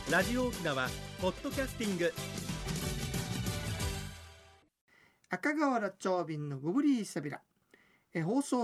ラジオ沖縄ポッドキャスティング。 赤瓦町便のグブリーサビラ、放送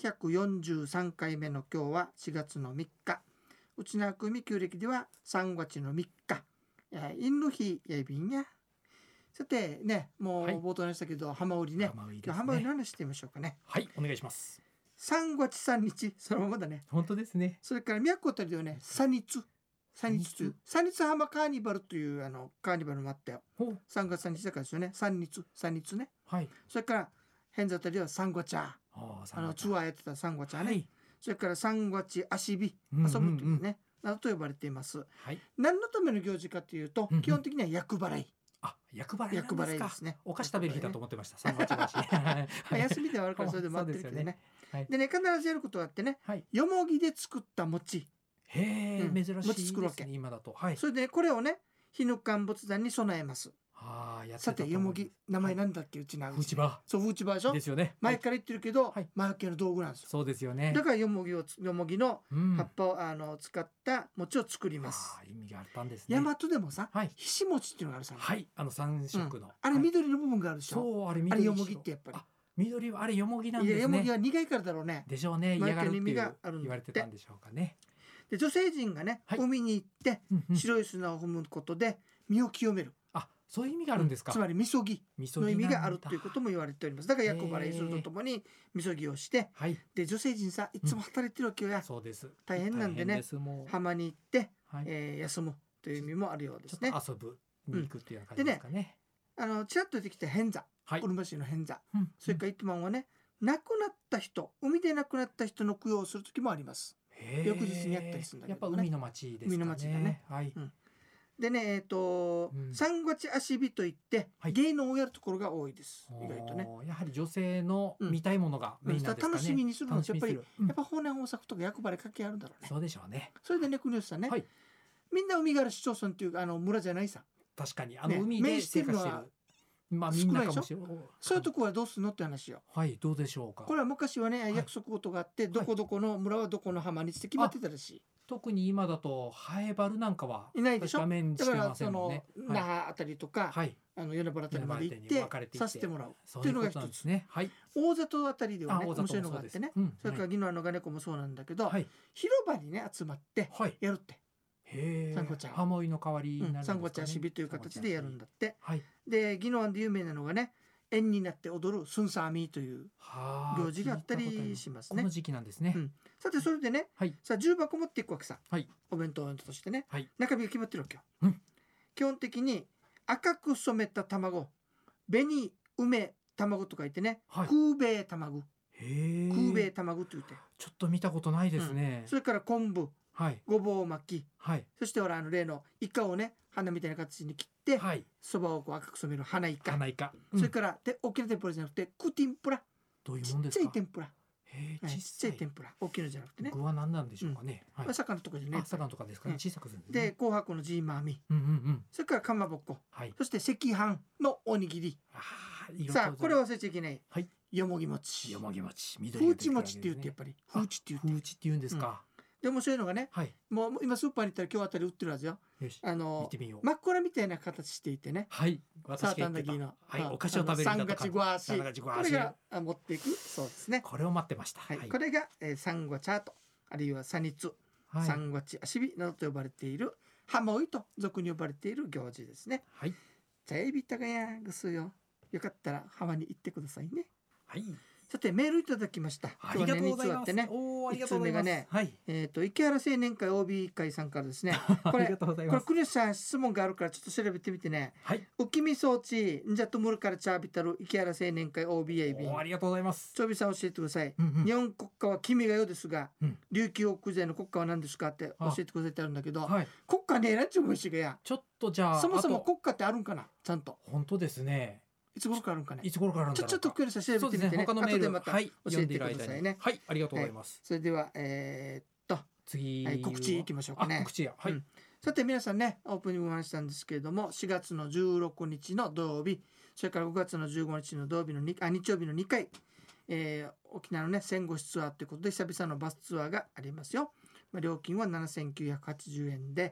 743回目の今日は4月の3日、内縄組旧暦では3月の3日、インの日やいびんや。さてね、もう冒頭にしたけど、浜売りね、今日浜売りの話してみましょうかね。 はい、お願いします。 3月3日そのままだね。 本当ですね。 それから宮古あたりではね、三日という三日浜カーニバルというカーニバルもあったよ。3月3日だからですよね。三日ね。 はい。 それから変座あたりは三月茶、ツアーやってた三月茶ね、はい、それから三月足火遊ぶというね、などと呼ばれています。はい、何のための行事かというと、基本的には厄払い。 厄払いですね。お菓子食べる日だと思ってました。3月だし休みではあるからそれで待ってるけどね。でね、必ずやることがあってね、よもぎで作った餅。 珍しい餅作るわけ。 今だと。 それでこれをね、日ぬかん仏壇に備えます。さてよもぎ、名前なんだっけ、うちな。 フーチバー。 そう、フーチバーでしょ。 ですよね。 前から言ってるけど、魔除けの道具なんですよ。 そうですよね。 だからよもぎの葉っぱを使った餅を作ります。 意味があったんですね。 大和でもさ、ひし餅っていうのがあるさ。 はい、3色の。 あれ緑の部分があるでしょ。 そう、あれよもぎってやっぱり。 緑はあれよもぎなんですね。 よもぎは苦いからだろうね。 でしょうね。嫌がるって言われてたんでしょうかね。 で女性陣がね、海に行って白い砂を踏むことで身を清める。 そういう意味があるんですか。 つまりみそぎの意味があるということも言われております。だから厄払いするとともにみそぎをして、で女性陣さ、いつも働いてるわけよや。 そうです。 大変なんでね、浜に行って、休むという意味もあるようですね。 ちょっと遊ぶに行くっていうような感じですかね。 ちらっと出てきた変座、うるま市の変座、それから一番はね、亡くなった人、海で亡くなった人の供養をする時もあります。翌日にやったりするんだけどね。 やっぱ海の町ですかね。 海の町だね。でね、三月足火といって芸能をやるところが多いです。意外とね。 やはり女性の見たいものがメインなんですかね。 楽しみにするのはやっぱり法然豊作とか厄払い関係あるんだろうね。 そうでしょうね。 それでね、国吉さんね、みんな海がある市町村っていう村じゃないさ。 確かに海で生活してる。まあみんなかもしれない。 そういうとこはどうするのって話よ。 はい、どうでしょうか。 これは昔はね、約束事があって、どこどこの村はどこの浜にって決まってたらしい。 特に今だとハエバルなんかはいないでしょ。 だからその那覇あたりとか与那原あたりまで行ってさせてもらうっていうのが一つね。大里あたりではね、面白いのがあってね、それから宜野湾のガネコもそうなんだけど、広場にね集まってやるって。三五茶、 ハモイの代わりになるんですかね。 三五茶しびという形でやるんだって。で宜野湾で有名なのがね、円になって踊るスンサーミーという行事があったりしますね。 この時期なんですね。 さてそれでね、さあ重箱持っていくわけさ、お弁当としてね、中身が決まってるわけよ。基本的に赤く染めた卵、紅梅卵とか言ってね、空米卵、空米卵と言って、 ちょっと見たことないですね。 それから昆布、ごぼう巻き、そしてほら例のイカをね、花みたいな形に切ってそばをこう赤く染める花イカ、それから大きな天ぷらじゃなくてクティンプラ、 どういうもんですか。 ちっちゃい天ぷら、ちっちゃい天ぷら、大きいのじゃなくてね。 具は何なんでしょうかね。 魚とかじゃね。 魚とかですかね。小さくするで紅白のジーマーミ、それからかまぼっこ、そして赤飯のおにぎり。さあこれ忘れちゃいけない、よもぎ餅。 よもぎ餅、 フーチ餅って言って、やっぱりフーチって言うんですか。 で面白いのがね、もう今スーパーに行ったら今日あたり売ってるはずよ。真っこらみたいな形していてね。サーターアンダギーのお菓子を食べる三月ごあし、これが持っていくそうですね。 これを待ってました。 これが三五茶と、あるいは三日、三月足火などと呼ばれているハモイと俗に呼ばれている行事ですね。じゃあエビタガヤグスよ、よかったら浜に行ってくださいね。さてメールいただきました。 ありがとうございます。 1通目がね、池原青年会 OB 会さんからですね。これ国吉さん質問があるからちょっと調べてみてね。浮きみ装置んじゃとむるからチャービタル池原青年会 OBA ありがとうございます。 ちょびさん教えてください。日本国家は君が代ですが、琉球王国勢の国家は何ですかって教えてくださってあるんだけど、国家ねえなっちゅうもしがや。 ちょっとじゃあそもそも国家ってあるんかな、ちゃんと。 本当ですね。 いつ頃からあるんかね。 いつ頃からあるんだろうか。 ちょっとクリスさん調べてみてね。 他のメール後でまた教えてくださいね。 ありがとうございます。 それでは次告知いきましょうかね。 告知や。 さて皆さんね、オープニングお話したんですけれども、4月の16日の土曜日、それから5月の15日の土曜日の日曜日の2回、沖縄のね戦後ツアーということで久々のバスツアーがありますよ。料金は7980円で、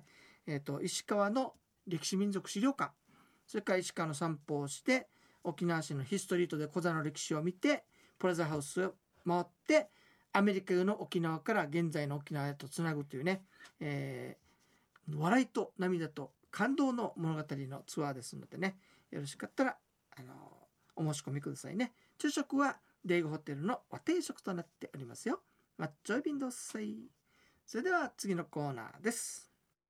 石川の歴史民族資料館、それから石川の散歩をして、沖縄市のヒストリートでコザの歴史を見て、プラザハウスを回って、アメリカの沖縄から現在の沖縄へとつなぐというね、笑いと涙と感動の物語のツアーですのでね、よろしかったらお申し込みくださいね。昼食はデイゴホテルの和定食となっておりますよ。マッチョイビンドッサイ。それでは次のコーナーです。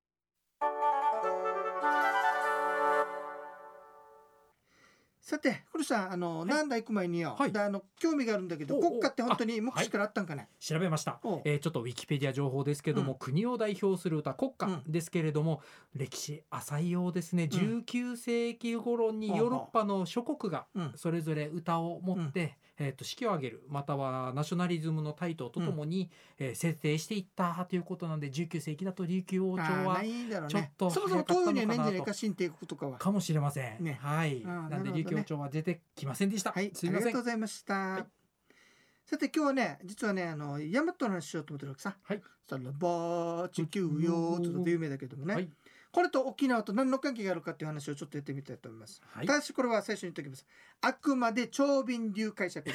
さて、古さん、なんだ行く前によ、で興味があるんだけど、国家って本当に昔からあったんかね。 調べました。ちょっとウィキペディア情報ですけども、国を代表する歌、国歌ですけれども、歴史浅いようですね。19世紀頃にヨーロッパの諸国がそれぞれ歌を持って、式を挙げる、またはナショナリズムの台頭とともに、設定していったということなんで、19世紀だと琉球王朝はちょっとそもそも東洋にはないんじゃないか、新帝国とかは。 かもしれません。はい。なんで琉球王朝は出てきませんでした。 すいません。ありがとうございました。さて今日はね、実はね、大和の話しようと思ってるわけさ。そのバー地球よーちょっと有名だけどもね。これと沖縄と何の関係があるかっていう話をちょっとやってみたいと思います。ただしこれは最初に言っておきます。あくまで長瓶流解釈です。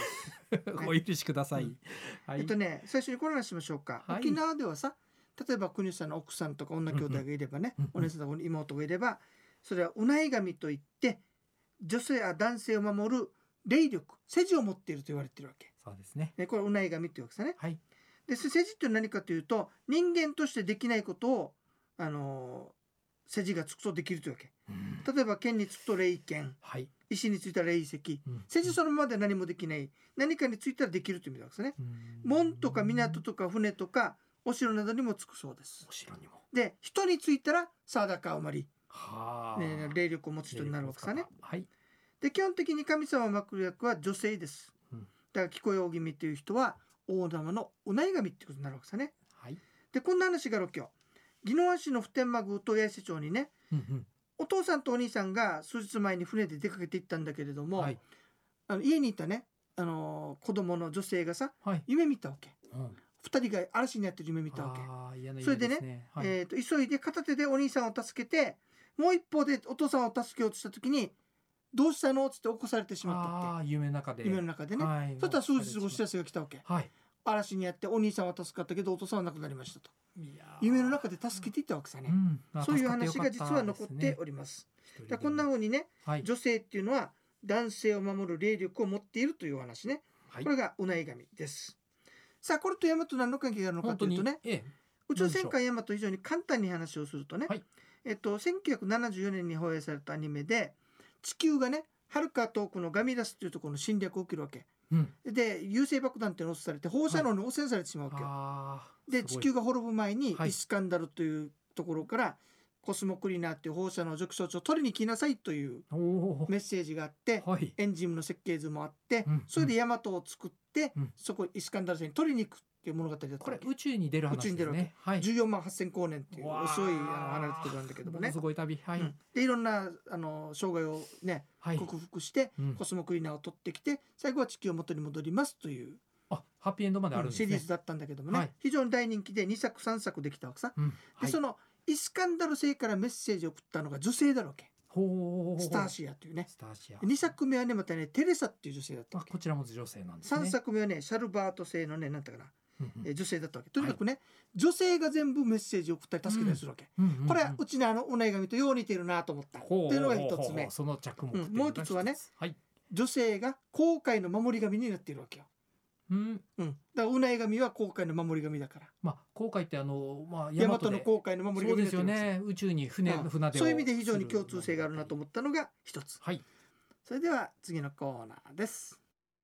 お許しください。 最初にこの話しましょうか。沖縄ではさ、例えば国さんの奥さんとか女兄弟がいればね、お姉さんとか妹がいれば、それはうない神といって女性や男性を守る霊力、世辞を持っていると言われているわけ。 そうですね。 これうない神っていうわけですね。で、世辞って何かというと、人間としてできないことを世辞がつくとできるというわけ。例えば剣につくと霊剣、石についたら霊石、世辞そのままで何もできない、何かについたらできるという意味なんですね。門とか港とか船とかお城などにもつくそうです。 お城にも。 で、人についたらサダカウマリ、霊力を持つ人になるわけですね。で、基本的に神様を祀る役は女性です。だから聞こえおぎみという人は大玉のうない神ってことになるわけですね。で、こんな話があるわけよ。宜野湾市の普天間宮と八重瀬町にね、お父さんとお兄さんが数日前に船で出かけて行ったんだけれども、家にいたね、子供の女性がさ、夢見たわけ。2人が嵐になってる夢見たわけ。それでね、急いで片手でお兄さんを助けて、もう一方でお父さんを助けようとした時に、どうしたのっつって起こされてしまったわけ。夢の中でね。そしたら数日後知らせが来たわけ。嵐にやってお兄さんは助かったけどお父さんは亡くなりましたと。夢の中で助けていったわけさね。そういう話が実は残っております。こんな風にね、女性っていうのは男性を守る霊力を持っているという話ね。これがうない神です。さあ、これと大和と何の関係があるのかというとね、宇宙戦艦大和と非常に簡単に話をするとね、1974年に放映されたアニメで、地球がね、はるか遠くのガミラスというところの侵略を受けるわけ。で、優勢爆弾っていうのを押されて放射能に汚染されてしまうわけよ。で、地球が滅ぶ前にイスカンダルというところからコスモクリーナーっていう放射能除去装置を取りに来なさいというメッセージがあって、エンジンの設計図もあって、それでヤマトを作って、そこイスカンダル星に取りに行くっていう物語だったわけ。 これ宇宙に出る話ですね。 14万8000光年っていう遅い離れたところなんだけどもね。 すごい旅。 で、いろんな障害をね克服してコスモクリーナーを取ってきて、最後は地球を元に戻りますというハッピーエンドまであるんですね。 シリーズだったんだけどもね、非常に大人気で2作3作できたわけさ。で、そのイスカンダル星からメッセージを送ったのが女性だろうけ。スターシアというね。2作目はね、またね、テレサっていう女性だったわけ。 こちらも女性なんですね。 3作目はね、シャルバート星のね、なんていうかな、女性だったわけ。とにかくね、女性が全部メッセージを送ったり助けたりするわけ。これはうちのうない神とよう似てるなと思ったっていうのが一つ目。 その着目。 もう一つはね、女性が航海の守り神になっているわけよ。だからうない神は航海の守り神だから。 航海って大和の航海の守り神ですよね。宇宙に船でそういう意味で非常に共通性があるなと思ったのが一つ。それでは次のコーナーです。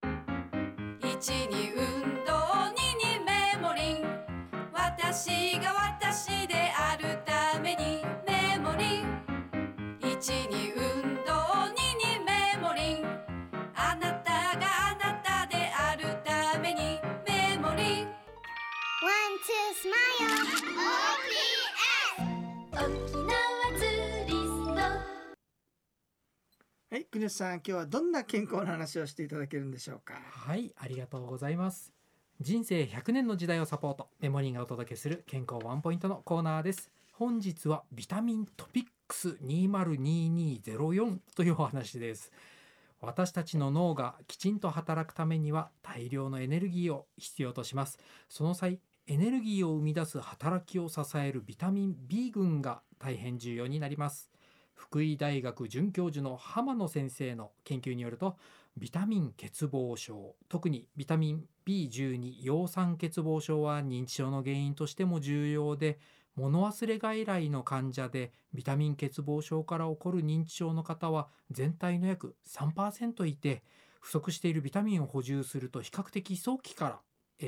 1に運動2にメモリン、私が私であるためにメモリン。1に運動2にメモリン、あなたがあなたであるためにメモリン。 One, two, smile OPS 沖縄ツーリスト。 はい、国吉さん、今日はどんな健康の話をしていただけるんでしょうか。 はい、ありがとうございます。人生100年の時代をサポート、メモリーがお届けする健康ワンポイントのコーナーです。 本日はビタミントピックス202204というお話です。私たちの脳がきちんと働くためには大量のエネルギーを必要とします。その際、エネルギーを生み出す働きを支えるビタミン B 群が大変重要になります。福井大学准教授の浜野先生の研究によると、ビタミン欠乏症、特にビタミン B12 葉酸欠乏症は認知症の原因としても重要で、物忘れ外来の患者でビタミン欠乏症から起こる認知症の方は全体の約 3% いて、不足しているビタミンを補充すると比較的早期から、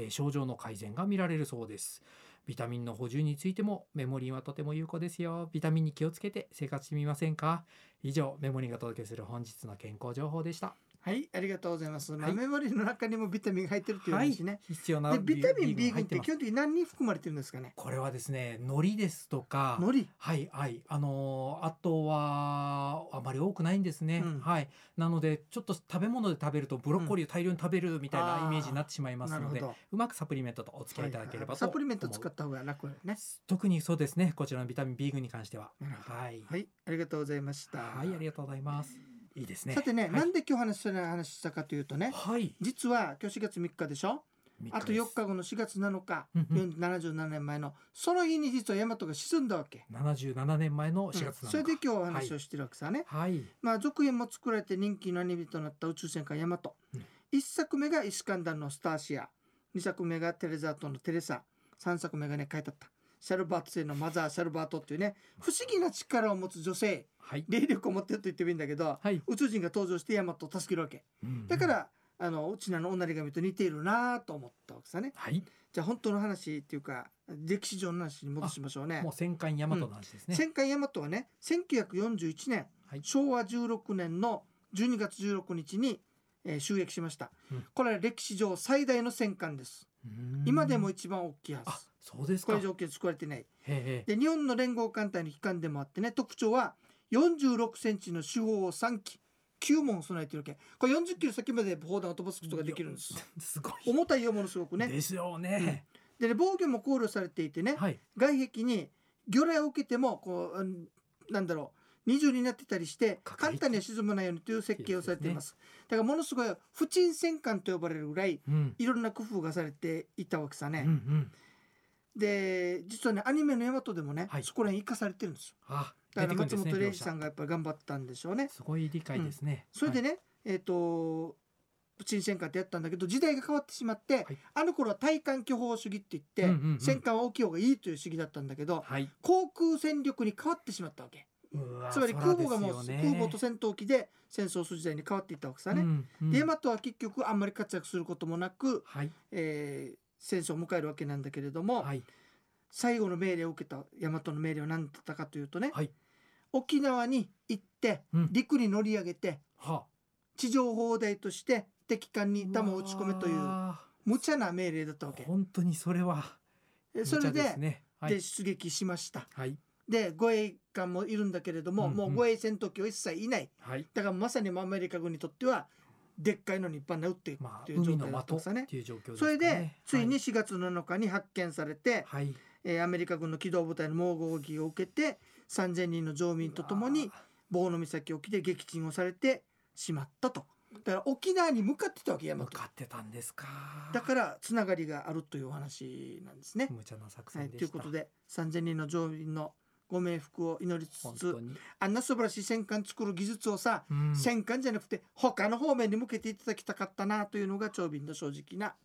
症状の改善が見られるそうです。ビタミンの補充についてもメモリンはとても有効ですよ。ビタミンに気をつけて生活してみませんか。以上、メモリンがお届けする本日の健康情報でした。 はい、ありがとうございます。 はいメモリーの中にもビタミンが入ってるっていう話ね。 必要なでビタミン B 群入ますってて基本的に何に含まれてるんですかね。 これはですね、海苔ですとか、 海苔。 はいはい、あとはあまり多くないんですね、 うんはい。なのでちょっと食べ物で食べるとブロッコリーを大量に食べるみたいなイメージになってしまいますので、 なるほど。 うまくサプリメントとお付き合いいただければとサ思う。 プリメント使った方が楽ね。 特にそうですね、こちらのビタミン B 群に関しては。 なるほどはい、 はい、ありがとうございました。 はい、ありがとうございます。いいですね。 さてね、 はい、 なんで今日話したかというとね、 はい、 実は今日4月3日でしょ。あと4日後の4月7日、77年前のその日に実は大和が沈んだわけ。 77年前の4月7日、 それで今日お話をしてるわけさね。 はい、 まあ続編も作られて人気のアニメとなった宇宙戦艦ヤマト、1作目がイスカンダルのスターシア、2作目がテレザートのテレサ、3作目がね書いてあったシャルバート星のマザーシャルバートっていうね、不思議な力を持つ女性、 はい、 霊力を持ってると言ってもいいんだけど、 はい、 宇宙人が登場してヤマトを助けるわけ、だからうちなのおなり神と似ているなと思ったわけさね。 はい、 じゃあ本当の話っていうか歴史上の話に戻しましょうね。 もう戦艦大和の話ですね。 戦艦大和はね、1941年、 はい、 昭和16年の12月16日に、就役しました、これは歴史上最大の戦艦です。今でも一番大きいはず。 あ、そうですか。 これ以上大きく作られてない。 へで日本の連合艦隊の旗艦でもあってね、特徴は46センチの主砲を3機9門備えてるわけ。これ40キロ先まで砲弾を飛ばすことができるんです。 すごい重たいよ、ものすごくね。 ですよね、 でね、防御も考慮されていてね、 はい、 外壁に魚雷を受けてもこうなんだろう二重になってたりして簡単には沈まないようにという設計をされています。だからものすごい不沈戦艦と呼ばれるぐらいいろんな工夫がされていたわけさね、で実はねアニメのヤマトでもね、そこら辺生かされてるんですよ。だから松本零士さんがやっぱり頑張ったんでしょうね。 すごい理解ですね、 それでね、不沈戦艦ってやったんだけど時代が変わってしまって、あの頃は対艦巨砲主義って言って、戦艦は大きい方がいいという主義だったんだけど、航空戦力に変わってしまったわけ。つまり空母がもう空母と戦闘機で戦争する時代に変わっていったわけさね、で大和は結局あんまり活躍することもなく、戦争を迎えるわけなんだけれども、最後の命令を受けた大和の命令は何だったかというとね、沖縄に行って陸に乗り上げて、地上砲台として敵艦に弾を撃ち込めという無茶な命令だったわけ。 本当にそれはそれで、出撃しました、で護衛艦もいるんだけれども、もう護衛戦闘機は一切いない、だからまさにアメリカ軍にとってはでっかいのにいっぱい撃っていくっていう状態だったんですね。それでついに4月7日に発見されて、アメリカ軍の機動部隊の猛攻撃を受けて3000人の乗民とともに坊野岬沖で撃沈をされてしまったと。だから沖縄に向かってたわけ。大和向かってたんですか。 だからつながりがあるというお話なんですね。 無茶な作戦でした、 ということで3000人の乗員のご冥福を祈りつつ、あんな素晴らしい戦艦作る技術をさ、戦艦じゃなくて他の方面に向けていただきたかったなというのが長瓶の正直な、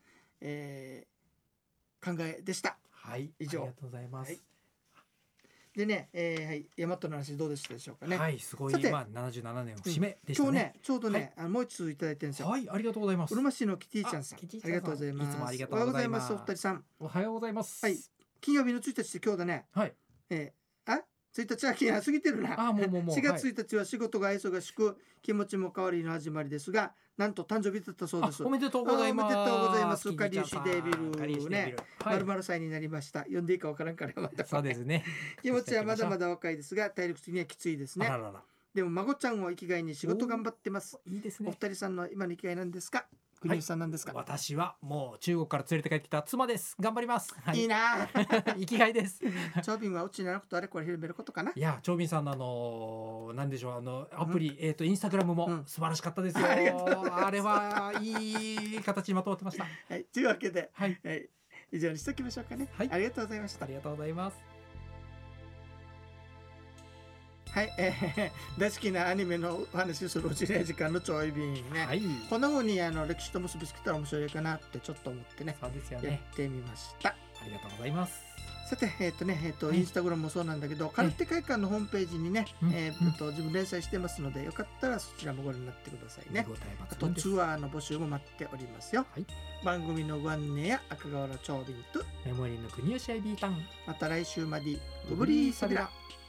考えでした。以上。 ありがとうございます、 でね、大和の話どうでしたでしょうかね。 すごい。77年の節目でしたね。 今日ねちょうどね、もう一ついただいてるんですよ。 ありがとうございます。 うるま市のキティちゃんさん、ありがとうございます。 いつもありがとうございます。 お二人さん、 おはようございます。 金曜日の1日って今日だね。1日は過ぎてるな。4月1日は仕事が忙しく気持ちも変わりの始まりですが、なんと誕生日だったそうです。 おめでとうございます。 おめでとうございます。かりゆしデビルね、○○歳になりました。読んでいいかわからんからまた。 そうですね。 気持ちはまだまだ若いですが体力的にはきついですね。でも孫ちゃんを生きがいに仕事頑張ってます。 いいですね。 お二人さんの今の生きがいなんですか。 国吉さんなんですか。 私はもう中国から連れて帰ってきた妻です。頑張ります。はいいな生きがいです長瓶はうちになくとあれこれ広めることかな。 いや長瓶さんのなんでしょうアプリ、インスタグラムも素晴らしかったですよ、あれはいい形にまとまってました。 はい、というわけで、 はい、 以上にしておきましょうかね。 はい、 ありがとうございました。 ありがとうございます。 はい、大好きなアニメのお話をするうちね時間のちょい便ね、 はい、 こんな風に歴史と結びつけたら面白いかなってちょっと思ってね、 そうですよやね。 ってみました。 ありがとうございます。 さてインスタグラムもそうなんだけど、カルテ会館のホームページにね、自分連載してますので、よかったらそちらもご覧になってくださいね。あとツアーの募集も待っておりますよ。 はい、 番組のご案内や赤瓦長瓶とメモリーの国吉アイビータン、 また来週までごぶりーさびら。